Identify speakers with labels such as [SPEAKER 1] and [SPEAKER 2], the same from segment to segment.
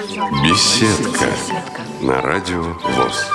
[SPEAKER 1] Беседка на радио ВОС.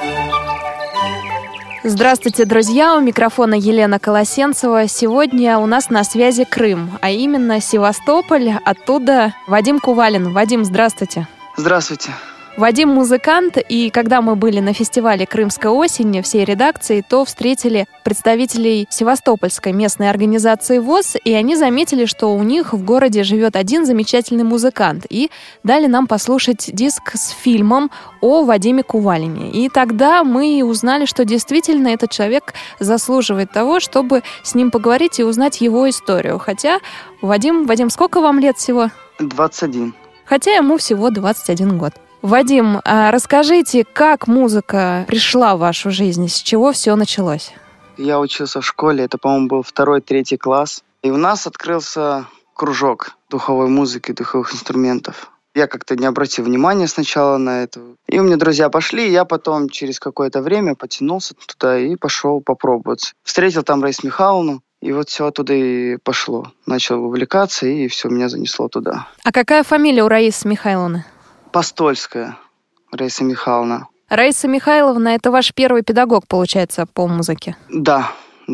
[SPEAKER 2] Здравствуйте, друзья! У микрофона Елена Колосенцева. Сегодня у нас на связи Крым, а именно Севастополь. Оттуда Вадим Кувалин. Вадим, здравствуйте.
[SPEAKER 3] Здравствуйте.
[SPEAKER 2] Вадим музыкант, и когда мы были на фестивале «Крымская осень» всей редакции, то встретили представителей Севастопольской местной организации ВОС, и они заметили, что у них в городе живет один замечательный музыкант, и дали нам послушать диск с фильмом о Вадиме Кувалине. И тогда мы узнали, что действительно этот человек заслуживает того, чтобы с ним поговорить и узнать его историю. Хотя, Вадим, сколько вам лет всего?
[SPEAKER 3] 21.
[SPEAKER 2] Хотя ему всего 21 год. Вадим, расскажите, как музыка пришла в вашу жизнь, с чего все началось?
[SPEAKER 3] Я учился в школе, это, по-моему, был 2-3 класс. И у нас открылся кружок духовой музыки, духовых инструментов. Я как-то не обратил внимания сначала на это. И у меня друзья пошли, и я потом через какое-то время потянулся туда и пошел попробовать. Встретил там Раису Михайловну, и вот все оттуда и пошло. Начал увлекаться, и все меня занесло туда.
[SPEAKER 2] А какая фамилия у Раисы Михайловны?
[SPEAKER 3] Постольская Раиса Михайловна.
[SPEAKER 2] Раиса Михайловна — это ваш первый педагог, получается, по музыке?
[SPEAKER 3] Да.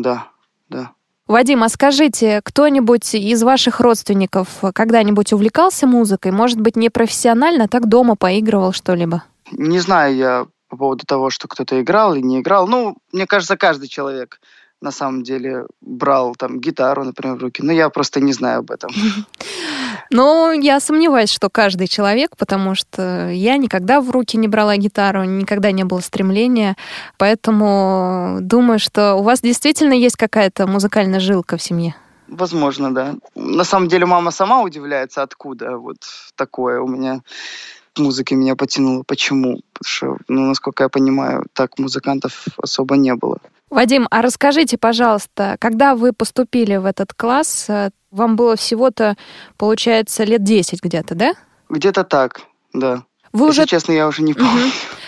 [SPEAKER 2] Вадим, а скажите, кто-нибудь из ваших родственников когда-нибудь увлекался музыкой? Может быть, не профессионально, а так дома поигрывал что-либо?
[SPEAKER 3] Не знаю я по поводу того, что кто-то играл или не играл. Ну, мне кажется, каждый человек на самом деле брал там гитару, например, в руки. Но я просто не знаю об этом.
[SPEAKER 2] Ну, я сомневаюсь, что каждый человек, потому что я никогда в руки не брала гитару, никогда не было стремления, поэтому думаю, что у вас действительно есть какая-то музыкальная жилка в семье.
[SPEAKER 3] Возможно, да. На самом деле мама сама удивляется, откуда вот такое у меня музыки меня потянуло. Почему? Потому что, насколько я понимаю, так музыкантов особо не было.
[SPEAKER 2] Вадим, а расскажите, пожалуйста, когда вы поступили в этот класс, вам было всего-то, получается, лет 10 где-то, да?
[SPEAKER 3] Где-то так, да.
[SPEAKER 2] Если
[SPEAKER 3] честно, я уже не помню.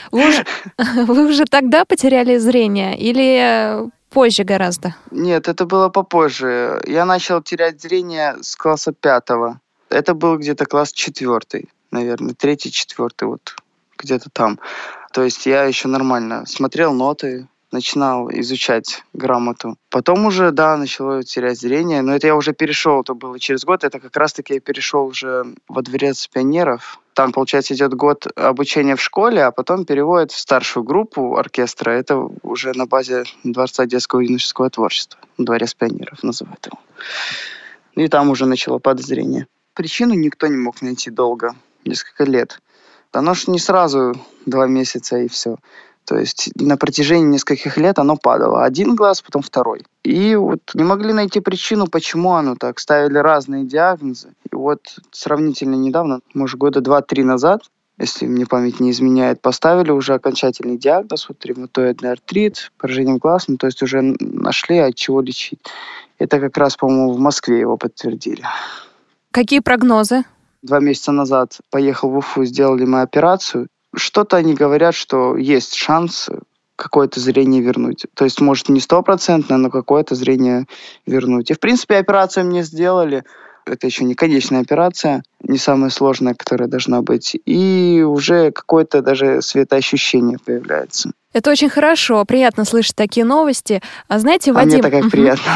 [SPEAKER 2] Вы уже тогда потеряли зрение или позже гораздо?
[SPEAKER 3] Нет, это было попозже. Я начал терять зрение с класса 5. Это был где-то класс 4, наверное, 3-4, вот где-то там. То есть я еще нормально смотрел ноты, начинал изучать грамоту. Потом уже, да, начало терять зрение, но это я уже перешел, это было через год, это как раз-таки я перешел уже во дворец пионеров. Там, получается, идет год обучения в школе, а потом переводят в старшую группу оркестра. Это уже на базе Дворца детского и юношеского творчества. Дворец пионеров называют его. И там уже начало падать зрение. Причину никто не мог найти долго, несколько лет. Оно ж не сразу 2 месяца и все. То есть на протяжении нескольких лет оно падало. Один глаз, потом второй. И вот не могли найти причину, почему оно так. Ставили разные диагнозы. И вот сравнительно недавно, может, года 2-3 назад, если мне память не изменяет, поставили уже окончательный диагноз, вот ревматоидный артрит, поражение глаз, то есть уже нашли, от чего лечить. Это как раз, по-моему, в Москве его подтвердили.
[SPEAKER 2] Какие прогнозы?
[SPEAKER 3] 2 месяца назад поехал в Уфу, сделали мы операцию. Что-то они говорят, что есть шанс какое-то зрение вернуть. То есть, может, не 100%, но какое-то зрение вернуть. И, в принципе, операцию мне сделали. Это еще не конечная операция, не самая сложная, которая должна быть. И уже какое-то даже светоощущение появляется.
[SPEAKER 2] Это очень хорошо, приятно слышать такие новости. А знаете, Вадим...
[SPEAKER 3] А мне так приятно.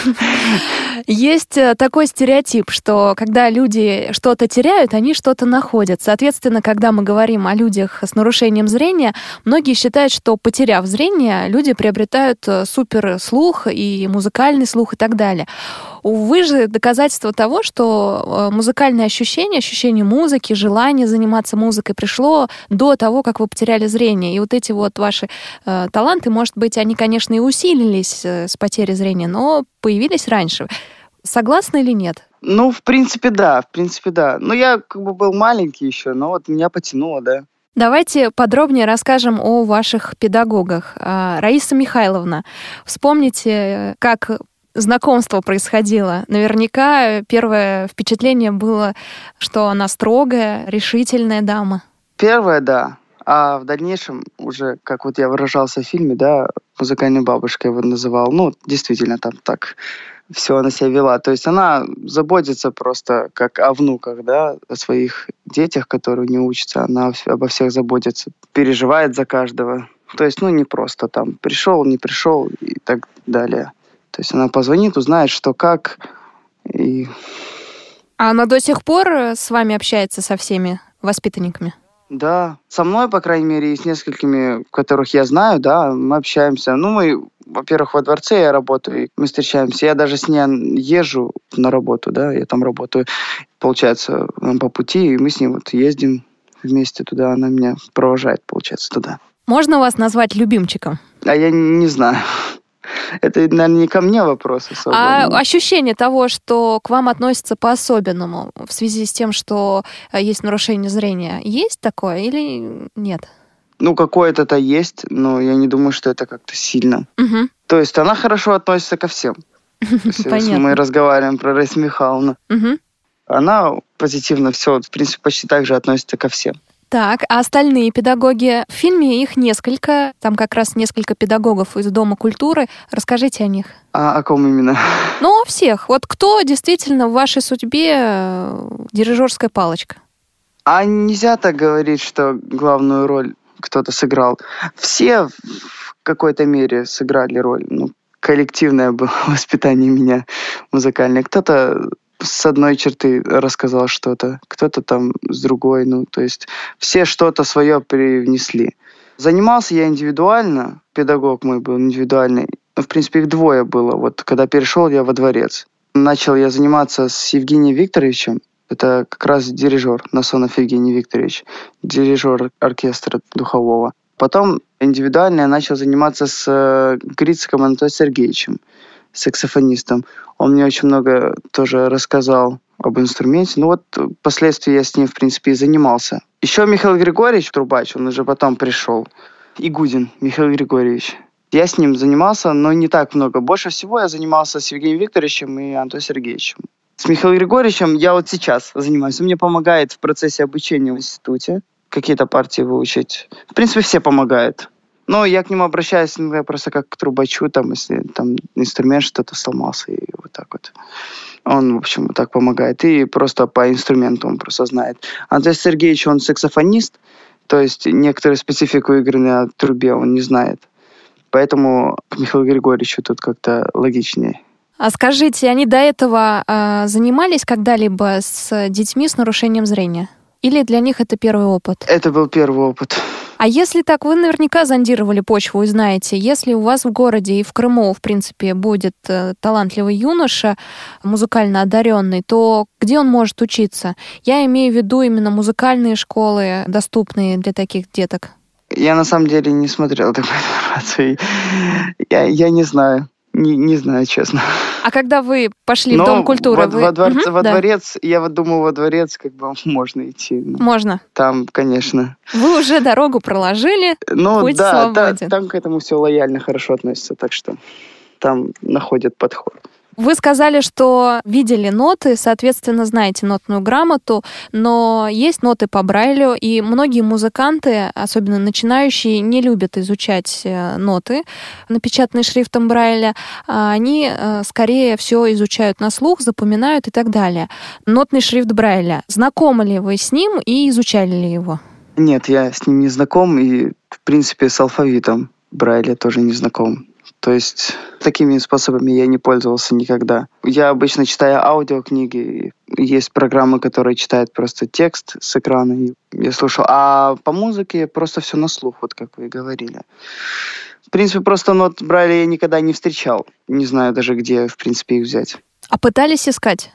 [SPEAKER 2] Есть такой стереотип, что когда люди что-то теряют, они что-то находят. Соответственно, когда мы говорим о людях с нарушением зрения, многие считают, что, потеряв зрение, люди приобретают суперслух и музыкальный слух и так далее. Увы же, доказательство того, что музыкальное ощущение музыки, желание заниматься музыкой пришло до того, как вы потеряли зрение. И вот эти вот ваши таланты, может быть, они, конечно, и усилились с потерей зрения, но появились раньше. Согласны или нет?
[SPEAKER 3] В принципе, да. Но я был маленький еще, но вот меня потянуло, да.
[SPEAKER 2] Давайте подробнее расскажем о ваших педагогах. Раиса Михайловна, вспомните, как знакомство происходило. Наверняка первое впечатление было, что она строгая, решительная дама.
[SPEAKER 3] Первое, да. А в дальнейшем уже, как вот я выражался в фильме, да, музыкальной бабушкой его называл. Действительно, там так все она себя вела. То есть она заботится просто как о внуках, да, о своих детях, которые не учатся. Она обо всех заботится, переживает за каждого. То есть, не просто там пришел, не пришел и так далее. То есть она позвонит, узнает, что как. И...
[SPEAKER 2] А она до сих пор с вами общается со всеми воспитанниками?
[SPEAKER 3] Да, со мной, по крайней мере, и с несколькими, которых я знаю, да, мы общаемся. Мы, во-первых, во дворце я работаю, и мы встречаемся. Я даже с ней езжу на работу, да, я там работаю. Получается, нам по пути, и мы с ней ездим вместе туда, она меня провожает, получается, туда.
[SPEAKER 2] Можно вас назвать любимчиком?
[SPEAKER 3] А я не знаю. Это, наверное, не ко мне вопрос особо.
[SPEAKER 2] А ощущение того, что к вам относятся по-особенному в связи с тем, что есть нарушение зрения, есть такое или нет?
[SPEAKER 3] Какое-то есть, но я не думаю, что это как-то сильно.
[SPEAKER 2] Угу.
[SPEAKER 3] То есть она хорошо относится ко всем. Если мы разговариваем про Раису Михайловну, она позитивно все, в принципе, почти так же относится ко всем.
[SPEAKER 2] Так, а остальные педагоги? В фильме их несколько, там как раз несколько педагогов из Дома культуры. Расскажите о них.
[SPEAKER 3] А о ком именно?
[SPEAKER 2] Всех. Кто действительно в вашей судьбе дирижерская палочка?
[SPEAKER 3] А нельзя так говорить, что главную роль кто-то сыграл. Все в какой-то мере сыграли роль. Коллективное было воспитание меня музыкальное. Кто-то с одной черты рассказал что-то, кто-то там с другой. То есть все что-то свое привнесли. Занимался я индивидуально, педагог мой был индивидуальный. В принципе, их двое было. Когда перешел я во дворец. Начал я заниматься с Евгением Викторовичем. Это как раз дирижер, Насонов Евгений Викторович, дирижер оркестра духового. Потом индивидуально я начал заниматься с Грицком Анатолием Сергеевичем, саксофонистом. Он мне очень много тоже рассказал об инструменте. Впоследствии я с ним, в принципе, и занимался. Еще Михаил Григорьевич Трубач, он уже потом пришел. Игудин Михаил Григорьевич. Я с ним занимался, но не так много. Больше всего я занимался с Евгением Викторовичем и Анатолием Сергеевичем. С Михаилом Григорьевичем я сейчас занимаюсь. Он мне помогает в процессе обучения в институте. Какие-то партии выучить. В принципе, все помогают. Но я к нему обращаюсь просто как к трубачу, если инструмент что-то сломался, и вот так вот. Он, в общем, вот так помогает. И просто по инструменту он просто знает. Анатолий Сергеевич, он саксофонист, то есть некоторую специфику игры на трубе он не знает. Поэтому к Михаилу Григорьевичу тут как-то логичнее.
[SPEAKER 2] А скажите, они до этого занимались когда-либо с детьми с нарушением зрения? Или для них это первый опыт?
[SPEAKER 3] Это был первый опыт.
[SPEAKER 2] А если так, вы наверняка зондировали почву и знаете, если у вас в городе и в Крыму, в принципе, будет талантливый юноша, музыкально одаренный, то где он может учиться? Я имею в виду именно музыкальные школы, доступные для таких деток.
[SPEAKER 3] Я на самом деле не смотрел такую информацию. Я не знаю. Не знаю, честно.
[SPEAKER 2] А когда вы пошли в Дом культуры...
[SPEAKER 3] Во дворец, я думаю, во дворец можно идти.
[SPEAKER 2] Можно?
[SPEAKER 3] Там, конечно.
[SPEAKER 2] Вы уже дорогу проложили, путь свободен.
[SPEAKER 3] Там к этому все лояльно, хорошо относятся, так что там находят подход.
[SPEAKER 2] Вы сказали, что видели ноты, соответственно, знаете нотную грамоту, но есть ноты по Брайлю, и многие музыканты, особенно начинающие, не любят изучать ноты, напечатанные шрифтом Брайля. Они скорее все изучают на слух, запоминают и так далее. Нотный шрифт Брайля. Знакомы ли вы с ним и изучали ли его?
[SPEAKER 3] Нет, я с ним не знаком, и, в принципе, с алфавитом Брайля тоже не знаком. То есть такими способами я не пользовался никогда. Я обычно читаю аудиокниги. Есть программы, которые читают просто текст с экрана. Я слушал. А по музыке просто все на слух, как вы и говорили. В принципе, просто нот Брайля я никогда не встречал. Не знаю даже, где, в принципе, их взять.
[SPEAKER 2] А пытались искать?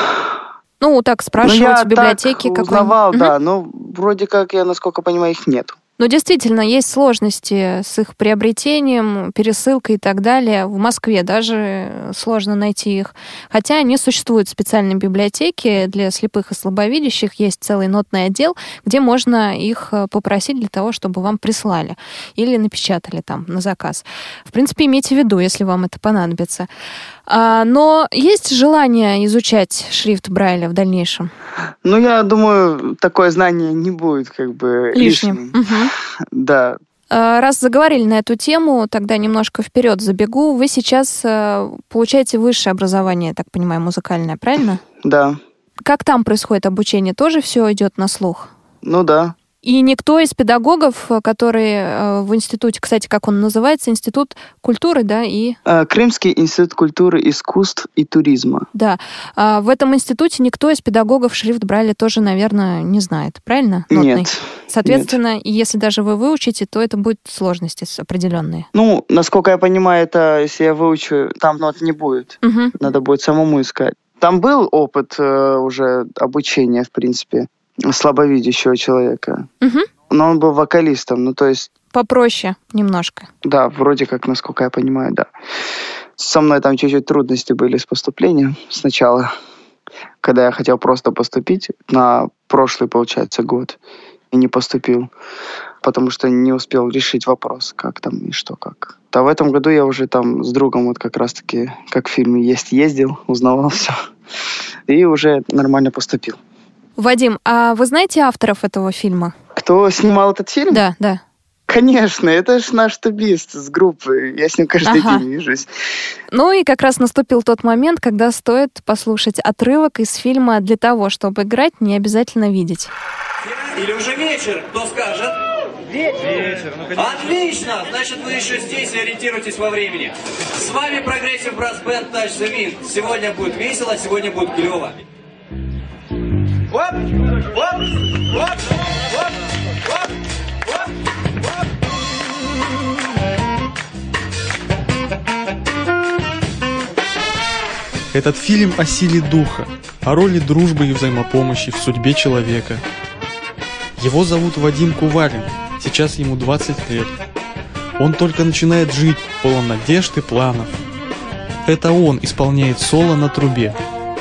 [SPEAKER 2] Так спрашивать в библиотеке.
[SPEAKER 3] Я узнавал, да. Но вроде как, я, насколько понимаю, их нету.
[SPEAKER 2] Но действительно, есть сложности с их приобретением, пересылкой и так далее. В Москве даже сложно найти их. Хотя они существуют в специальной библиотеке для слепых и слабовидящих. Есть целый нотный отдел, где можно их попросить для того, чтобы вам прислали или напечатали там на заказ. В принципе, имейте в виду, если вам это понадобится. Но есть желание изучать шрифт Брайля в дальнейшем?
[SPEAKER 3] Я думаю, такое знание не будет лишним.
[SPEAKER 2] Угу.
[SPEAKER 3] Да.
[SPEAKER 2] Раз заговорили на эту тему, тогда немножко вперед забегу. Вы сейчас получаете высшее образование, я так понимаю, музыкальное, правильно?
[SPEAKER 3] Да.
[SPEAKER 2] Как там происходит обучение? Тоже все идет на слух?
[SPEAKER 3] Ну да.
[SPEAKER 2] И никто из педагогов, которые в институте, кстати, как он называется, Институт культуры, да, и...
[SPEAKER 3] Крымский институт культуры, искусств и туризма.
[SPEAKER 2] Да. В этом институте никто из педагогов шрифт Брайля тоже, наверное, не знает, правильно? Нотный.
[SPEAKER 3] Нет.
[SPEAKER 2] Соответственно, если даже вы выучите, то это будут сложности определенные.
[SPEAKER 3] Ну, насколько я понимаю, это если я выучу, там нот не будет.
[SPEAKER 2] Угу.
[SPEAKER 3] Надо будет самому искать. Там был опыт уже обучения, в принципе, слабовидящего человека.
[SPEAKER 2] Угу.
[SPEAKER 3] Но он был вокалистом, ну то есть...
[SPEAKER 2] Попроще немножко.
[SPEAKER 3] Да, вроде как, насколько я понимаю, да. Со мной там чуть-чуть трудности были с поступлением сначала, когда я хотел просто поступить на прошлый, получается, год, и не поступил, потому что не успел решить вопрос, как там и что как. А в этом году я уже там с другом вот как раз-таки, как в фильме «Есть» ездил, узнавал все, и уже нормально поступил.
[SPEAKER 2] Вадим, а вы знаете авторов этого фильма?
[SPEAKER 3] Кто снимал этот фильм?
[SPEAKER 2] Да, да.
[SPEAKER 3] Конечно, это ж наш тубист с группы. Я с ним каждый день вижусь.
[SPEAKER 2] Ну и как раз наступил тот момент, когда стоит послушать отрывок из фильма «Для того, чтобы играть, не обязательно видеть».
[SPEAKER 4] Или уже вечер, кто скажет? Вечер. Ну, отлично! Значит, вы еще здесь и ориентируйтесь во времени. С вами Progressive Brass Band Touch the Wind. Сегодня будет весело, сегодня будет клево. Оп! Оп! Оп! Оп! Оп! Оп! Оп!
[SPEAKER 5] Этот фильм о силе духа, о роли дружбы и взаимопомощи в судьбе человека. Его зовут Вадим Кувалин, сейчас ему 20 лет. Он только начинает жить, полон надежд и планов. Это он исполняет соло на трубе.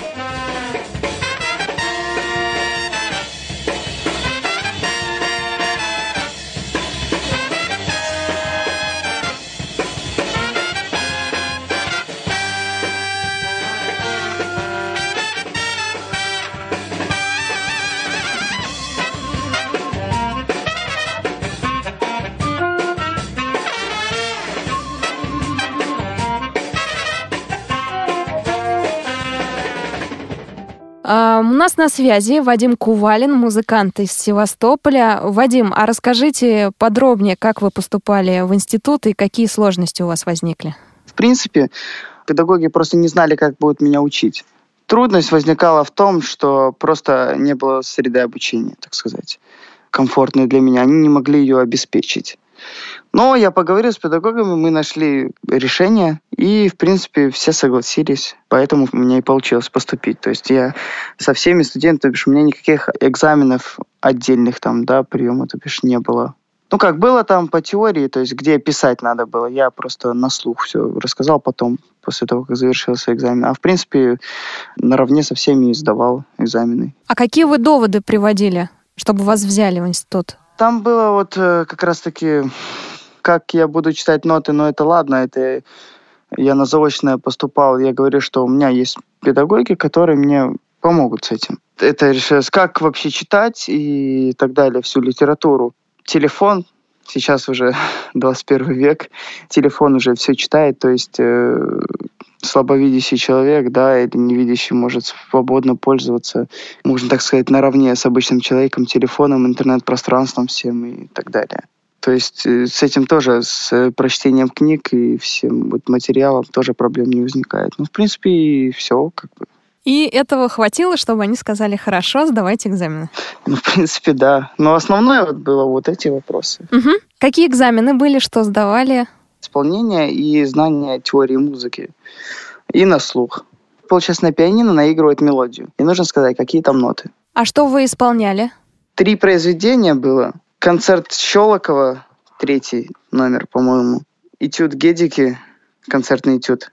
[SPEAKER 2] У нас на связи Вадим Кувалин, музыкант из Севастополя. Вадим, а расскажите подробнее, как вы поступали в институт и какие сложности у вас возникли?
[SPEAKER 3] В принципе, педагоги просто не знали, как будут меня учить. Трудность возникала в том, что просто не было среды обучения, так сказать, комфортной для меня. Они не могли ее обеспечить. Но я поговорил с педагогами, мы нашли решение, и, в принципе, все согласились, поэтому у меня и получилось поступить. То есть я со всеми студентами, то бишь у меня никаких экзаменов отдельных там, да, приема, то бишь не было. Ну, как было там по теории, то есть где писать надо было, я просто на слух все рассказал потом, после того, как завершился экзамен. А, в принципе, наравне со всеми сдавал экзамены.
[SPEAKER 2] А какие вы доводы приводили, чтобы вас взяли в институт?
[SPEAKER 3] Там было вот как раз-таки, как я буду читать ноты, но это ладно, это я на заочное поступал, я говорю, что у меня есть педагоги, которые мне помогут с этим. Это решилось, как вообще читать и так далее, всю литературу. Телефон, сейчас уже 21 век, телефон уже все читает, то есть слабовидящий человек, да, или невидящий может свободно пользоваться, можно так сказать, наравне с обычным человеком, телефоном, интернет-пространством всем и так далее. То есть с этим тоже, с прочтением книг и всем вот материалом тоже проблем не возникает. Ну, в принципе, и все, как бы.
[SPEAKER 2] И этого хватило, чтобы они сказали: хорошо, сдавайте экзамены?
[SPEAKER 3] Ну, в принципе, да. Но основное вот было вот эти вопросы.
[SPEAKER 2] Угу. Какие экзамены были, что сдавали?
[SPEAKER 3] Исполнение и знание теории музыки. И на слух. Получается, на пианино наигрывает мелодию. И нужно сказать, какие там ноты.
[SPEAKER 2] А что вы исполняли? 3
[SPEAKER 3] произведения было. Концерт Щелокова, 3 номер, по-моему. Этюд Гедики, концертный этюд.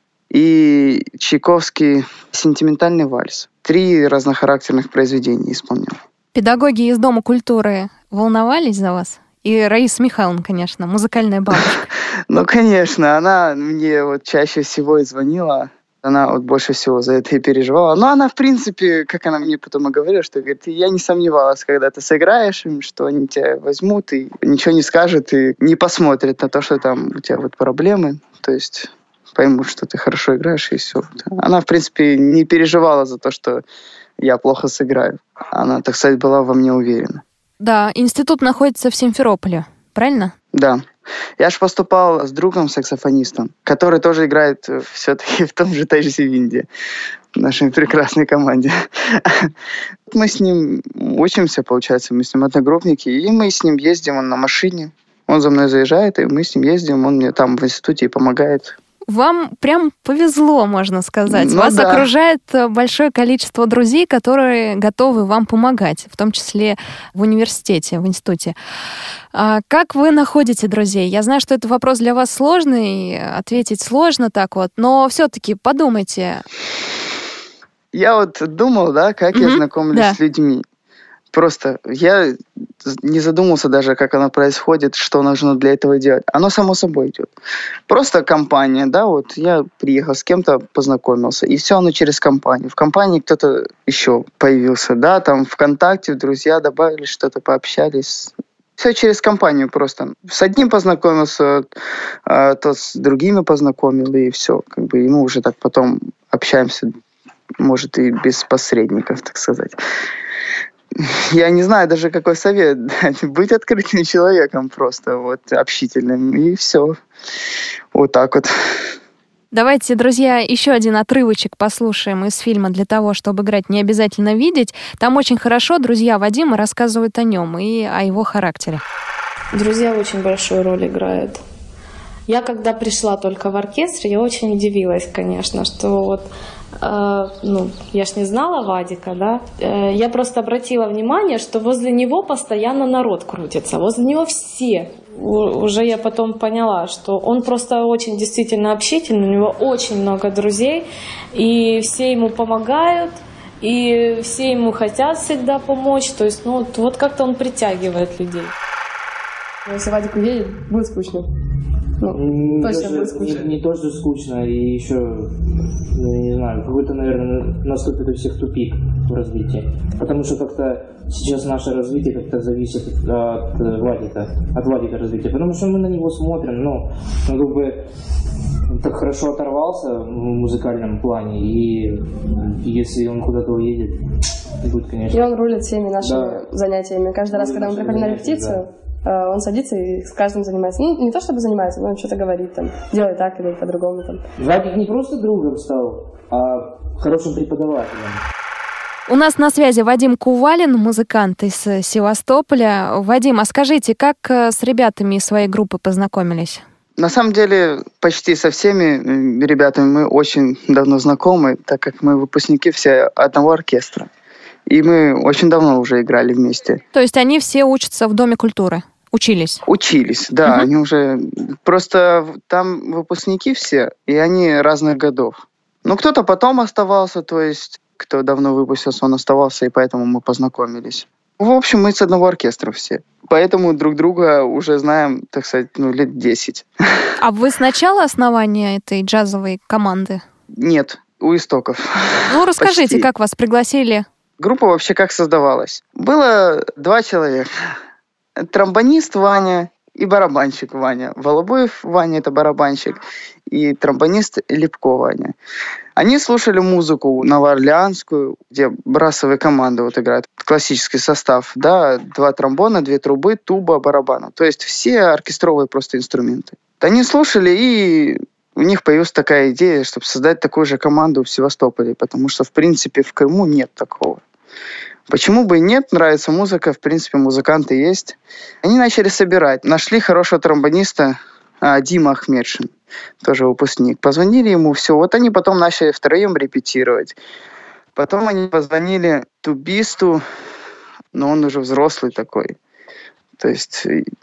[SPEAKER 3] И Чайковский «Сентиментальный вальс». 3 разнохарактерных произведения исполнял.
[SPEAKER 2] Педагоги из Дома культуры волновались за вас? И Раиса Михайловна, конечно, музыкальная бабушка.
[SPEAKER 3] Ну, конечно, она мне вот чаще всего и звонила. Она вот больше всего за это и переживала. Но она, в принципе, как она мне потом и говорила, что, говорит, я не сомневалась, когда ты сыграешь им, что они тебя возьмут и ничего не скажут, и не посмотрят на то, что там у тебя вот проблемы. То есть поймут, что ты хорошо играешь, и все. Она, в принципе, не переживала за то, что я плохо сыграю. Она, так сказать, была во мне уверена.
[SPEAKER 2] Да, институт находится в Симферополе, правильно?
[SPEAKER 3] Да. Я же поступал с другом-саксофонистом, который тоже играет все-таки в том же Тайджи Винде, в нашей прекрасной команде. Мы с ним учимся, получается, мы с ним одногруппники, и мы с ним ездим, он на машине, он за мной заезжает, и мы с ним ездим, он мне там в институте и помогает.
[SPEAKER 2] Вам прям повезло, можно сказать.
[SPEAKER 3] Ну,
[SPEAKER 2] Вас
[SPEAKER 3] да.
[SPEAKER 2] окружает большое количество друзей, которые готовы вам помогать, в том числе в университете, в институте. А как вы находите друзей? Я знаю, что это вопрос для вас сложный, ответить сложно так вот, но все-таки подумайте.
[SPEAKER 3] Я вот думал, да, как я знакомлюсь с людьми. Просто я не задумался даже, как оно происходит, что нужно для этого делать. Оно само собой идет. Просто компания, да, вот я приехал с кем-то, познакомился, и все оно через компанию. В компании кто-то еще появился, да, там ВКонтакте, друзья добавили, что-то пообщались. Все через компанию просто. С одним познакомился, тот с другими познакомил, и все. Как бы, и мы уже так потом общаемся, может, и без посредников, так сказать. Я не знаю даже, какой совет дать. Быть открытым человеком просто, вот, общительным, и все. Вот так вот.
[SPEAKER 2] Давайте, друзья, еще один отрывочек послушаем из фильма «Для того, чтобы играть, не обязательно видеть». Там очень хорошо друзья Вадима рассказывают о нем и о его характере.
[SPEAKER 6] Друзья очень большую роль играют. Я, когда пришла только в оркестр, я очень удивилась, конечно, что вот, я ж не знала Вадика, да, я просто обратила внимание, что возле него постоянно народ крутится, возле него все. Уже я потом поняла, что он просто очень действительно общительный, у него очень много друзей, и все ему помогают, и все ему хотят всегда помочь, то есть, вот как-то он притягивает людей.
[SPEAKER 7] Если Вадик уедет, будет скучно. Точно будет скучно.
[SPEAKER 8] Не то, что скучно, и еще, не знаю, какой-то, наверное, наступит у всех тупик в развитии. Потому что как-то сейчас наше развитие как-то зависит от Вадика развития. Потому что мы на него смотрим, он как бы так хорошо оторвался в музыкальном плане, и если он куда-то уедет, будет, конечно...
[SPEAKER 7] И он рулит всеми нашими занятиями. Каждый раз, когда мы приходим на репетицию, он садится и с каждым занимается. Не то чтобы занимается, но он что-то говорит, там, делай так или по-другому. Там.
[SPEAKER 8] Вадик не просто другом стал, а хорошим преподавателем.
[SPEAKER 2] У нас на связи Вадим Кувалин, музыкант из Севастополя. Вадим, а скажите, как с ребятами из своей группы познакомились?
[SPEAKER 3] На самом деле, почти со всеми ребятами мы очень давно знакомы, так как мы выпускники все одного оркестра. И мы очень давно уже играли вместе.
[SPEAKER 2] То есть они все учатся в Доме культуры? Учились?
[SPEAKER 3] Учились, да. Они уже... Просто там выпускники все, и они разных годов. Кто-то потом оставался, то есть кто давно выпустился, он оставался, и поэтому мы познакомились. В общем, мы с одного оркестра все. Поэтому друг друга уже знаем, так сказать, лет 10.
[SPEAKER 2] А вы с начала основания этой джазовой команды?
[SPEAKER 3] Нет, у истоков.
[SPEAKER 2] Расскажите,
[SPEAKER 3] Почти.
[SPEAKER 2] как вас пригласили?
[SPEAKER 3] Группа вообще как создавалась? Было 2 человека. Тромбонист Ваня и барабанщик Ваня. Волобуев Ваня — это барабанщик, и тромбонист Лепко Ваня. Они слушали музыку новоорлеанскую, где брасовые команды играют. Классический состав, да, 2 тромбона, 2 трубы, туба, барабана. То есть все оркестровые просто инструменты. Они слушали, и у них появилась такая идея, чтобы создать такую же команду в Севастополе, потому что, в принципе, в Крыму нет такого. Почему бы и нет? Нравится музыка, в принципе, музыканты есть. Они начали собирать. Нашли хорошего тромбониста Дима Ахмедшин, тоже выпускник. Позвонили ему, все. Вот они потом начали втроем репетировать. Потом они позвонили тубисту, но он уже взрослый такой. То есть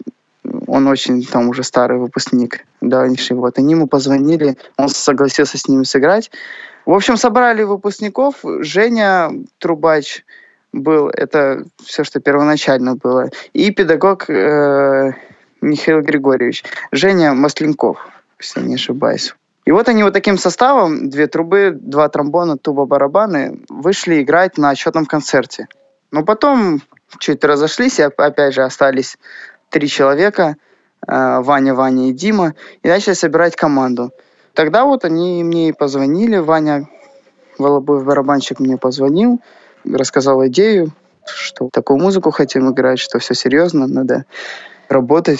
[SPEAKER 3] он очень там уже старый выпускник. Давнейший. Вот они ему позвонили, он согласился с ними сыграть. В общем, собрали выпускников. Женя Трубач был, это все, что первоначально было. И педагог Михаил Григорьевич. Женя Масленков, если не ошибаюсь. И вот они вот таким составом, 2 трубы, 2 тромбона, туба, барабаны, вышли играть на отчетном концерте. Но потом чуть разошлись, и опять же остались 3 человека, Ваня и Дима, и начали собирать команду. Тогда вот они мне и позвонили, Ваня Волобуев, барабанщик, мне позвонил, рассказал идею, что такую музыку хотим играть, что все серьезно, надо работать,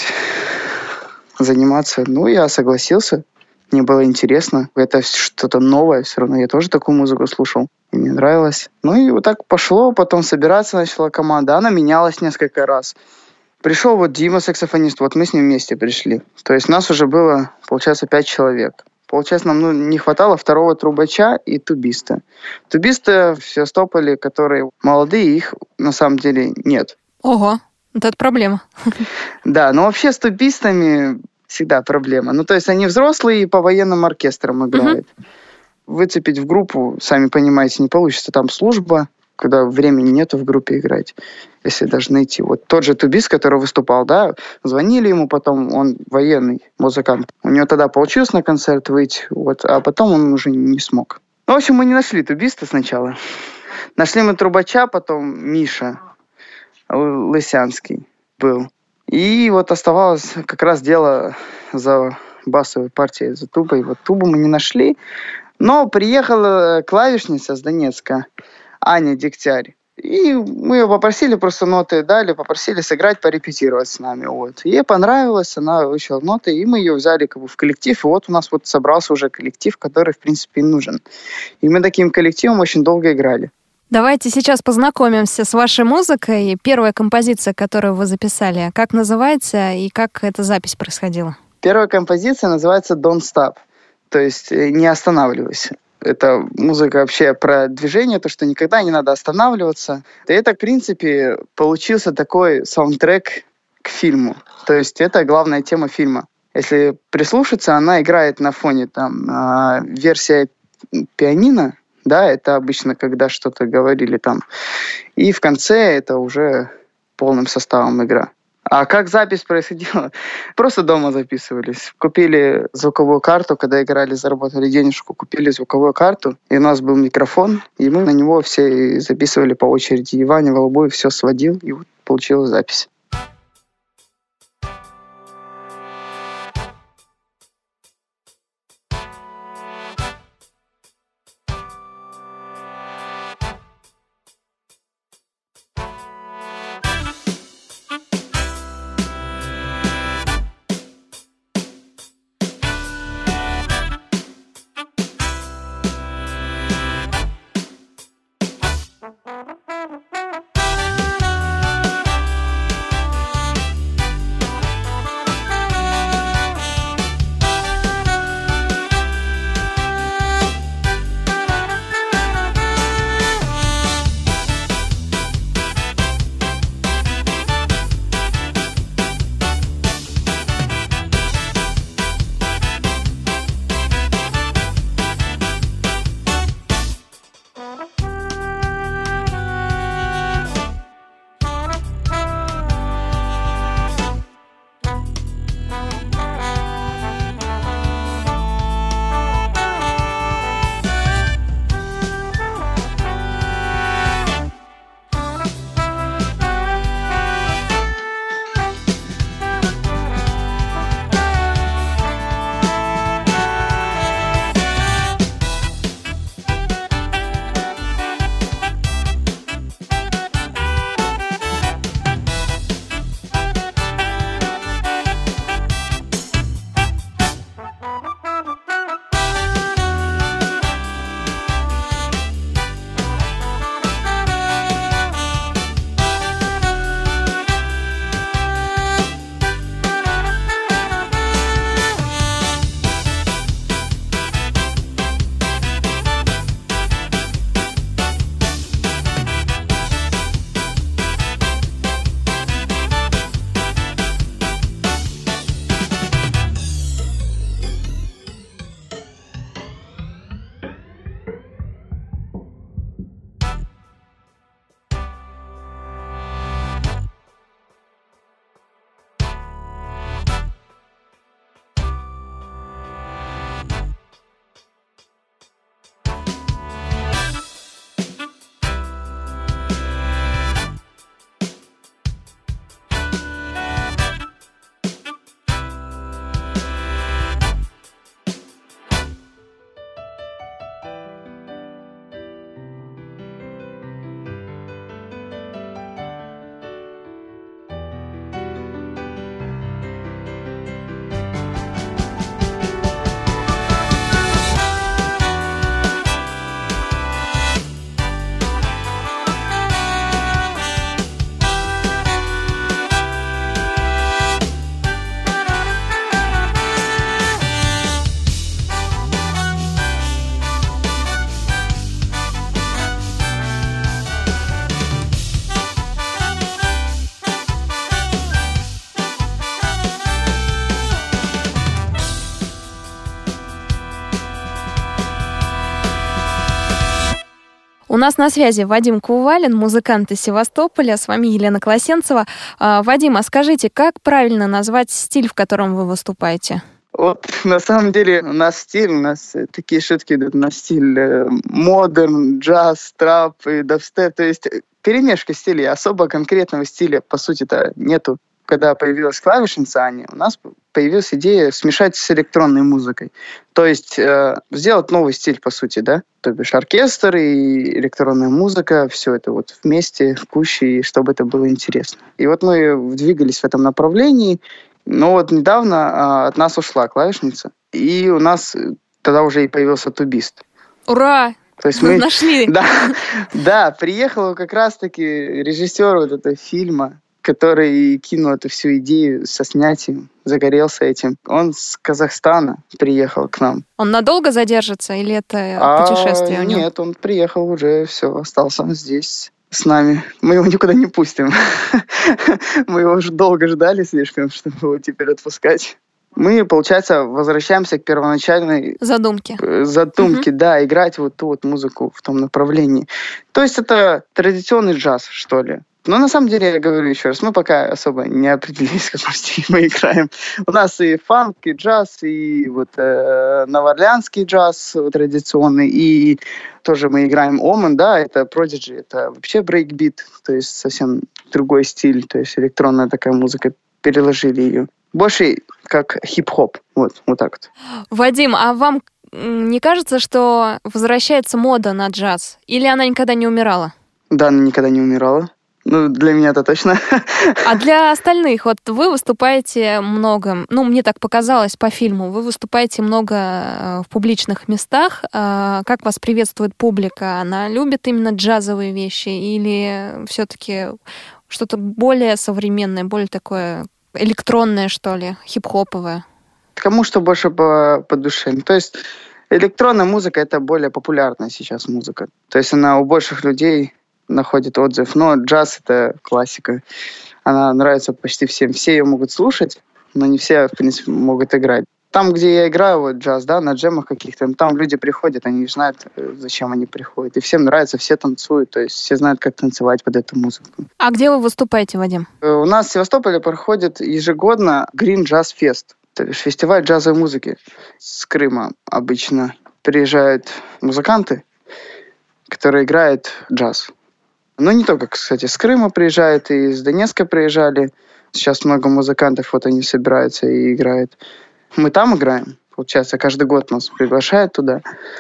[SPEAKER 3] заниматься. Ну, я согласился. Мне было интересно. Это что-то новое. Все равно я тоже такую музыку слушал. И мне нравилось. Ну, и вот так пошло. Потом собираться начала команда. Она менялась несколько раз. Пришел вот Дима, саксофонист. Вот мы с ним вместе пришли. То есть нас уже было, получается, 5 человек. Получается, нам не хватало 2-го трубача и тубиста. Тубисты все стопали, которые молодые, их на самом деле нет.
[SPEAKER 2] Ого, вот это проблема.
[SPEAKER 3] Да, но вообще с тубистами всегда проблема. Ну, то есть они взрослые и по военным оркестрам играют. Выцепить в группу, сами понимаете, не получится. Там служба, когда времени нету в группе играть, если даже найти. Вот тот же тубист, который выступал, да, звонили ему потом, он военный музыкант. У него тогда получилось на концерт выйти, вот, а потом он уже не смог. Ну, в общем, мы не нашли тубиста сначала. Нашли мы трубача, потом Миша Лысянский был. И вот оставалось как раз дело за басовой партией, за тубой. Вот тубу мы не нашли, но приехала клавишница с Донецка, Аня Дегтярь. И мы ее попросили, просто ноты дали, попросили сыграть, порепетировать с нами. Вот. Ей понравилось, она выучила ноты, и мы ее взяли как бы в коллектив. И вот у нас вот собрался уже коллектив, который, в принципе, нужен. И мы таким коллективом очень долго играли.
[SPEAKER 2] Давайте сейчас познакомимся с вашей музыкой. Первая композиция, которую вы записали, как называется и как эта запись происходила?
[SPEAKER 3] Первая композиция называется «Don't Stop», то есть «Не останавливайся». Это музыка вообще про движение, то, что никогда не надо останавливаться. И это, в принципе, получился такой саундтрек к фильму. То есть это главная тема фильма. Если прислушаться, она играет на фоне там версия пианино, да, это обычно, когда что-то говорили там. И в конце это уже полным составом игра. А как запись происходила? Просто дома записывались. Купили звуковую карту, когда играли, заработали денежку, купили звуковую карту, и у нас был микрофон, и мы на него все записывали по очереди. И Ваня Волобуев все сводил, и вот получилась запись.
[SPEAKER 2] У нас на связи Вадим Кувалин, музыкант из Севастополя. С вами Елена Колосенцева. Вадим, а скажите, как правильно назвать стиль, в котором вы выступаете?
[SPEAKER 3] Вот, на самом деле, у нас такие шутки идут на стиль модерн, джаз, трап и дабстеп. То есть перемешка стилей, особо конкретного стиля, по сути-то, нету. Когда появилась клавишница Аня, у нас появилась идея смешать с электронной музыкой. То есть сделать новый стиль, по сути, да? То бишь оркестр и электронная музыка, все это вот вместе, в куче, и чтобы это было интересно. И вот мы двигались в этом направлении, но вот недавно от нас ушла клавишница, и у нас тогда уже и появился тубист.
[SPEAKER 2] Ура!
[SPEAKER 3] То есть мы
[SPEAKER 2] нашли.
[SPEAKER 3] Да, приехал как раз-таки режиссер вот этого фильма, который кинул эту всю идею со снятием, загорелся этим. Он с Казахстана приехал к нам.
[SPEAKER 2] Он надолго задержится или это путешествие у него?
[SPEAKER 3] Нет, он приехал уже, все, остался он здесь с нами. Мы его никуда не пустим. Мы его уже долго ждали слишком, чтобы его теперь отпускать. Мы, получается, возвращаемся к первоначальной задумке, да, играть вот ту вот музыку в том направлении. То есть это традиционный джаз, что ли. Но на самом деле, я говорю еще раз, мы пока особо не определились, в каком стиле мы играем. У нас и фанк, и джаз, и вот новоорлеанский джаз традиционный, и тоже мы играем Оман, да, это Prodigy, это вообще брейкбит, то есть совсем другой стиль, то есть электронная такая музыка, переложили ее. Больше как хип-хоп, вот так вот.
[SPEAKER 2] Вадим, а вам не кажется, что возвращается мода на джаз? Или она никогда не умирала?
[SPEAKER 3] Да, она никогда не умирала. Ну, для меня это точно.
[SPEAKER 2] А для остальных, вот вы выступаете много, мне так показалось по фильму, вы выступаете много в публичных местах. Как вас приветствует публика? Она любит именно джазовые вещи или все-таки что-то более современное, более такое электронное, что ли, хип-хоповое?
[SPEAKER 3] Кому что больше по душе. То есть электронная музыка — это более популярная сейчас музыка. То есть она у больших людей находит отзыв. Но джаз — это классика. Она нравится почти всем. Все ее могут слушать, но не все, в принципе, могут играть. Там, где я играю вот джаз, да, на джемах каких-то, там люди приходят, они знают, зачем они приходят. И всем нравится, все танцуют, то есть все знают, как танцевать под эту музыку.
[SPEAKER 2] А где вы выступаете, Вадим?
[SPEAKER 3] У нас в Севастополе проходит ежегодно Green Jazz Fest, то есть фестиваль джазовой музыки. С Крыма обычно приезжают музыканты, которые играют джаз. Ну, не только, кстати, с Крыма приезжают, и из Донецка приезжали. Сейчас много музыкантов, вот они собираются и играют. Мы там играем, получается, каждый год нас приглашают туда.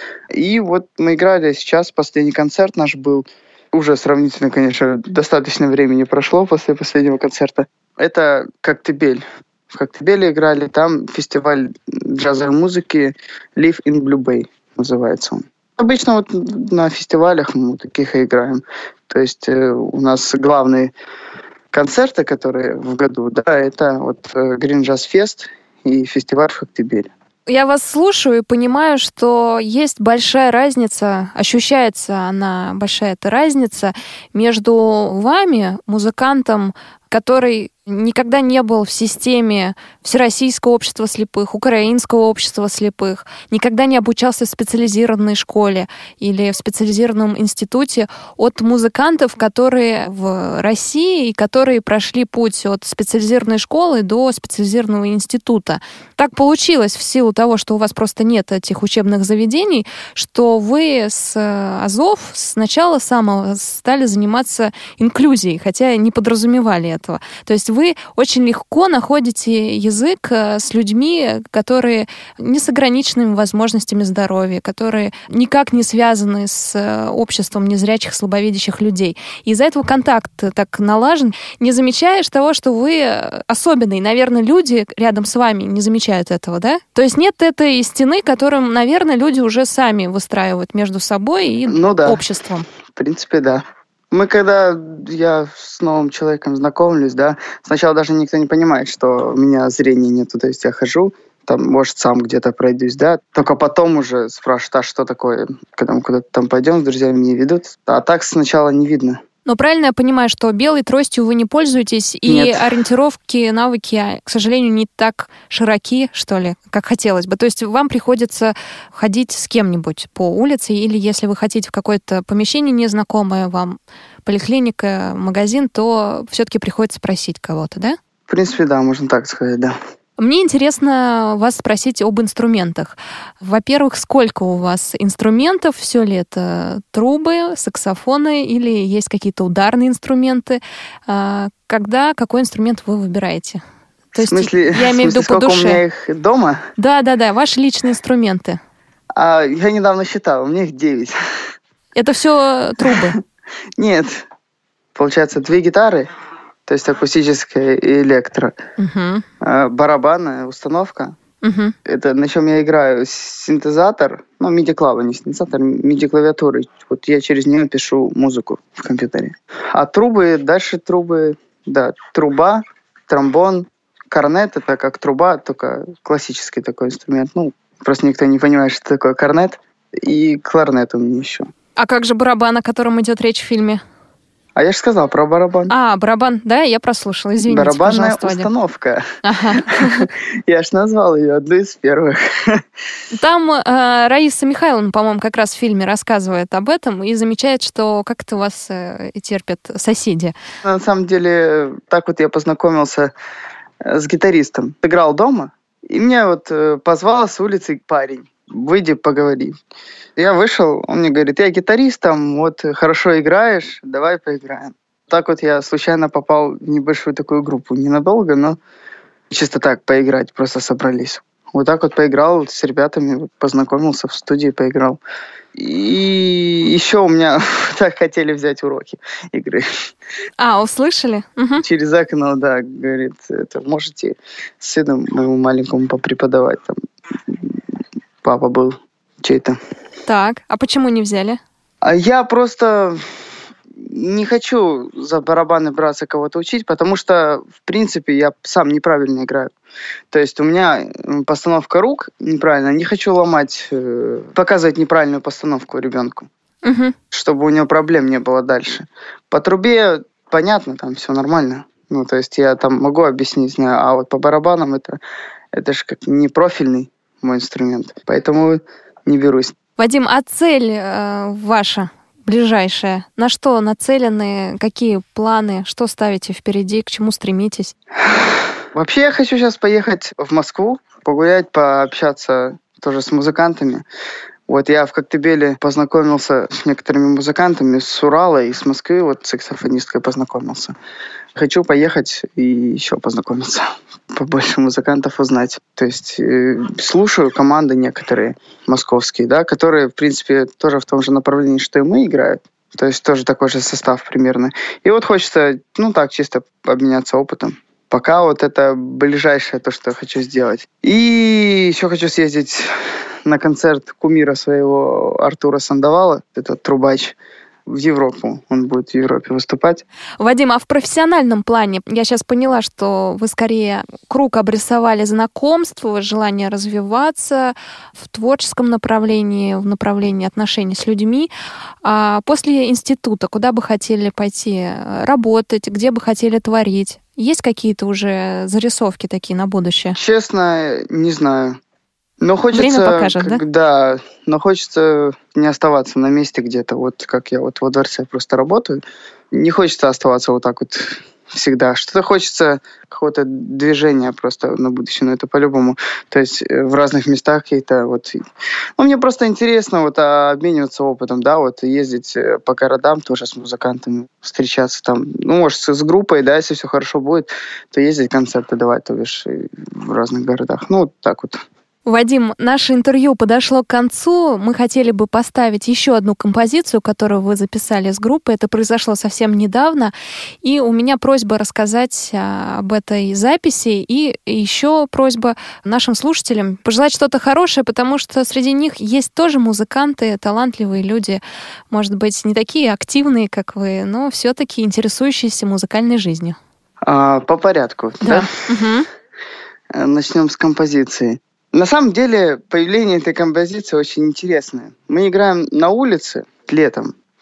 [SPEAKER 3] И вот мы играли сейчас, последний концерт наш был. Уже сравнительно, конечно, достаточно времени прошло после последнего концерта. Это Коктебель. В Коктебеле играли, там фестиваль джазовой музыки Live in Blue Bay называется он. Обычно вот на фестивалях мы таких и играем. То есть у нас главные концерты, которые в году, да, это вот Green Jazz Fest и фестиваль в Коктебеле.
[SPEAKER 2] Я вас слушаю и понимаю, что есть большая разница, ощущается она, большая эта разница между вами, музыкантом, который никогда не был в системе Всероссийского общества слепых, Украинского общества слепых, никогда не обучался в специализированной школе или в специализированном институте, от музыкантов, которые в России и которые прошли путь от специализированной школы до специализированного института. Так получилось в силу того, что у вас просто нет этих учебных заведений, что вы с АЗОВ с начала самого стали заниматься инклюзией, хотя не подразумевали этого. То есть вы очень легко находите язык с людьми, которые не с ограниченными возможностями здоровья, которые никак не связаны с обществом незрячих, слабовидящих людей. И из-за этого контакт так налажен. Не замечаешь того, что вы особенные. Наверное, люди рядом с вами не замечают этого, да? То есть нет этой стены, которую, наверное, люди уже сами выстраивают между собой и обществом.
[SPEAKER 3] В принципе, да. Когда я с новым человеком знакомлюсь, да, сначала даже никто не понимает, что у меня зрения нету, то есть я хожу, там, может, сам где-то пройдусь, да, только потом уже спрашивают, а что такое, когда мы куда-то там пойдем, с друзьями меня ведут, а так сначала не видно.
[SPEAKER 2] Но правильно я понимаю, что белой тростью вы не пользуетесь, и
[SPEAKER 3] Нет.
[SPEAKER 2] ориентировки, навыки, к сожалению, не так широки, что ли, как хотелось бы. То есть вам приходится ходить с кем-нибудь по улице, или если вы хотите в какое-то помещение незнакомое вам, поликлиника, магазин, то все-таки приходится просить кого-то, да?
[SPEAKER 3] В принципе, да, можно так сказать, да.
[SPEAKER 2] Мне интересно вас спросить об инструментах. Во-первых, сколько у вас инструментов? Все ли это трубы, саксофоны или есть какие-то ударные инструменты? Какой инструмент вы выбираете? То есть,
[SPEAKER 3] в смысле,
[SPEAKER 2] я имею в виду по
[SPEAKER 3] сколько
[SPEAKER 2] душе.
[SPEAKER 3] у меня их дома?
[SPEAKER 2] Да, ваши личные инструменты.
[SPEAKER 3] Я недавно считал, у меня их 9.
[SPEAKER 2] Это все трубы?
[SPEAKER 3] Нет. Получается, 2 гитары, то есть акустическая и электро.
[SPEAKER 2] Угу.
[SPEAKER 3] Барабанная установка.
[SPEAKER 2] Угу.
[SPEAKER 3] Это на чем я играю. Синтезатор, MIDI-клава, не синтезатор, MIDI-клавиатура. Вот я через нее пишу музыку в компьютере. А трубы, дальше трубы, да, труба, тромбон, корнет, это как труба, только классический такой инструмент. Просто никто не понимает, что такое корнет. И кларнет у меня еще.
[SPEAKER 2] А как же барабан, о котором идет речь в фильме?
[SPEAKER 3] А я же сказал про барабан.
[SPEAKER 2] Барабан, да, я прослушала, извините,
[SPEAKER 3] барабанная
[SPEAKER 2] пожалуйста, Вадим.
[SPEAKER 3] установка.
[SPEAKER 2] Ага.
[SPEAKER 3] Я ж назвал ее одной из первых.
[SPEAKER 2] Там Раиса Михайловна, по-моему, как раз в фильме рассказывает об этом и замечает, что как-то вас терпят соседи.
[SPEAKER 3] На самом деле, так вот я познакомился с гитаристом. Играл дома, и меня позвал с улицы парень. Выйди, поговори. Я вышел, он мне говорит, я гитарист, хорошо играешь, давай поиграем. Так вот я случайно попал в небольшую такую группу. Ненадолго, но чисто так поиграть, просто собрались. Вот так вот поиграл с ребятами, познакомился в студии, поиграл. И еще у меня так хотели взять уроки игры.
[SPEAKER 2] Услышали? Угу.
[SPEAKER 3] Через окно, да, говорит, можете с сыном моему маленькому попреподавать. Там папа был чей-то.
[SPEAKER 2] Так, а почему не взяли?
[SPEAKER 3] Я просто не хочу за барабаны браться кого-то учить, потому что, в принципе, я сам неправильно играю. То есть у меня постановка рук неправильная. Не хочу ломать, показывать неправильную постановку ребенку, чтобы у него проблем не было дальше. По трубе понятно, там все нормально. То есть я там могу объяснить, знаю, а вот по барабанам это же как не профильный мой инструмент. Поэтому не берусь.
[SPEAKER 2] Вадим, а цель ваша ближайшая? На что нацелены? Какие планы? Что ставите впереди? К чему стремитесь?
[SPEAKER 3] Вообще я хочу сейчас поехать в Москву, погулять, пообщаться тоже с музыкантами. Я в Коктебеле познакомился с некоторыми музыкантами с Урала и с Москвы, с саксофонисткой познакомился. Хочу поехать и еще познакомиться, побольше музыкантов узнать. То есть слушаю команды некоторые московские, да, которые, в принципе, тоже в том же направлении, что и мы играют. То есть тоже такой же состав примерно. И хочется, так, чисто обменяться опытом. Пока это ближайшее то, что я хочу сделать. И еще хочу съездить на концерт кумира своего Артура Сандовала, это трубач, в Европу. Он будет в Европе выступать.
[SPEAKER 2] Вадим, а в профессиональном плане я сейчас поняла, что вы скорее круг обрисовали знакомств, желание развиваться в творческом направлении, в направлении отношений с людьми. А после института куда бы хотели пойти работать, где бы хотели творить? Есть какие-то уже зарисовки такие на будущее?
[SPEAKER 3] Честно, не знаю. Но хочется,
[SPEAKER 2] время покажет, да?
[SPEAKER 3] Да, но хочется не оставаться на месте где-то, как я во дворце просто работаю. Не хочется оставаться всегда. Что-то хочется, какого-то движения просто на будущее, но это по-любому. То есть в разных местах какие-то мне просто интересно обмениваться опытом, да, ездить по городам тоже с музыкантами, встречаться там, может, с группой, да, если все хорошо будет, то ездить концерты давать, то бишь, в разных городах. Так вот.
[SPEAKER 2] Вадим, наше интервью подошло к концу. Мы хотели бы поставить еще одну композицию, которую вы записали с группой. Это произошло совсем недавно. И у меня просьба рассказать об этой записи. И еще просьба нашим слушателям пожелать что-то хорошее, потому что среди них есть тоже музыканты, талантливые люди. Может быть, не такие активные, как вы, но все-таки интересующиеся музыкальной жизнью.
[SPEAKER 3] По порядку, да?
[SPEAKER 2] Угу.
[SPEAKER 3] Начнем с композиции. На самом деле, появление этой композиции очень интересное. Мы играем на улице летом,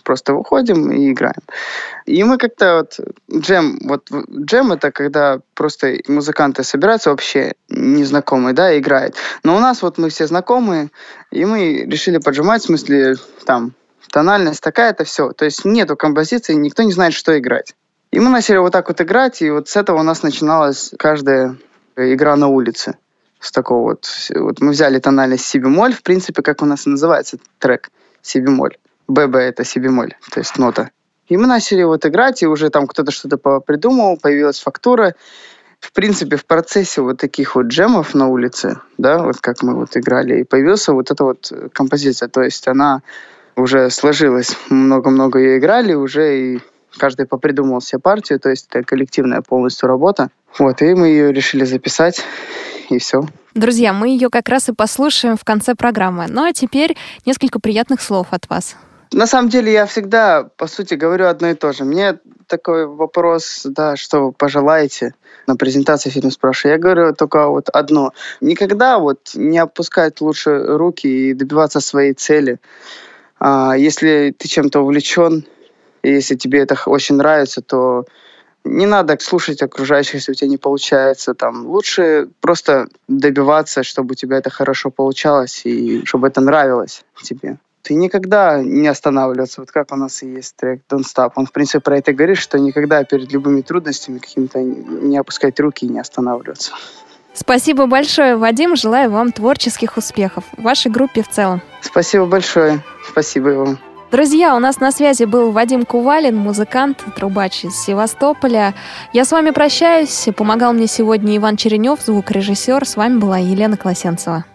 [SPEAKER 3] Просто выходим и играем. И мы как-то джем это когда просто музыканты собираются вообще незнакомые, да, играют. Но у нас мы все знакомые, и мы решили поджимать, в смысле, там, тональность такая-то, все. То есть нету композиции, никто не знает, что играть. И мы начали вот так вот играть, и вот с этого у нас начиналась каждая игра на улице. С такого вот мы взяли тональность си-бемоль, в принципе, как у нас и называется трек, си-бемоль. ББ — это си-бемоль, то есть нота. И мы начали играть, и уже там кто-то что-то придумал, появилась фактура. В принципе, в процессе таких джемов на улице, да, как мы играли, и появилась эта композиция. То есть она уже сложилась, много-много ее играли, уже и каждый попридумал себе партию, то есть это коллективная полностью работа. И мы ее решили записать, и все.
[SPEAKER 2] Друзья, мы ее как раз и послушаем в конце программы. Ну а теперь несколько приятных слов от вас.
[SPEAKER 3] На самом деле я всегда, по сути, говорю одно и то же. Мне такой вопрос, да, что вы пожелаете, на презентации фильма спрашиваю. Я говорю только одно. Никогда не опускать лучше руки и добиваться своей цели. Если ты чем-то увлечен, и если тебе это очень нравится, то не надо слушать окружающих, если у тебя не получается. Лучше просто добиваться, чтобы у тебя это хорошо получалось и чтобы это нравилось тебе. Ты никогда не останавливаться. Как у нас и есть трек «Don't Stop». Он, в принципе, про это говорит, что никогда перед любыми трудностями какими-то не опускать руки и не останавливаться.
[SPEAKER 2] Спасибо большое, Вадим. Желаю вам творческих успехов. Вашей группе в целом.
[SPEAKER 3] Спасибо большое. Спасибо вам.
[SPEAKER 2] Друзья, у нас на связи был Вадим Кувалин, музыкант, трубач из Севастополя. Я с вами прощаюсь. Помогал мне сегодня Иван Черенев, звукорежиссер. С вами была Елена Колосенцева.